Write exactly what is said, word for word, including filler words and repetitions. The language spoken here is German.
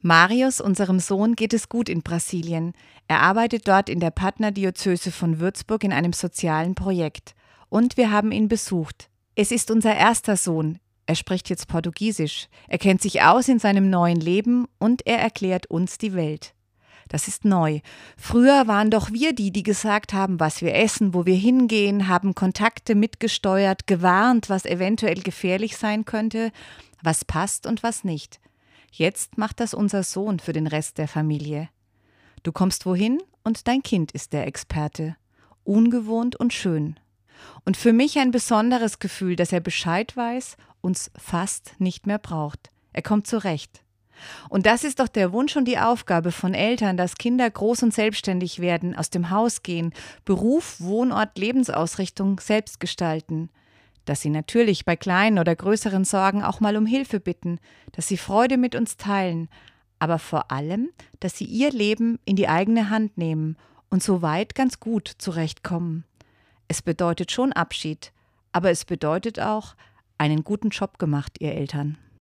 Marius, unserem Sohn, geht es gut in Brasilien. Er arbeitet dort in der Partnerdiözese von Würzburg in einem sozialen Projekt. Und wir haben ihn besucht. Es ist unser erster Sohn. Er spricht jetzt Portugiesisch. Er kennt sich aus in seinem neuen Leben und er erklärt uns die Welt. Das ist neu. Früher waren doch wir die, die gesagt haben, was wir essen, wo wir hingehen, haben Kontakte mitgesteuert, gewarnt, was eventuell gefährlich sein könnte, was passt und was nicht. Jetzt macht das unser Sohn für den Rest der Familie. Du kommst wohin und dein Kind ist der Experte. Ungewohnt und schön. Und für mich ein besonderes Gefühl, dass er Bescheid weiß, uns fast nicht mehr braucht. Er kommt zurecht. Und das ist doch der Wunsch und die Aufgabe von Eltern, dass Kinder groß und selbstständig werden, aus dem Haus gehen, Beruf, Wohnort, Lebensausrichtung selbst gestalten. Dass sie natürlich bei kleinen oder größeren Sorgen auch mal um Hilfe bitten, dass sie Freude mit uns teilen, aber vor allem, dass sie ihr Leben in die eigene Hand nehmen und so weit ganz gut zurechtkommen. Es bedeutet schon Abschied, aber es bedeutet auch, einen guten Job gemacht, ihr Eltern.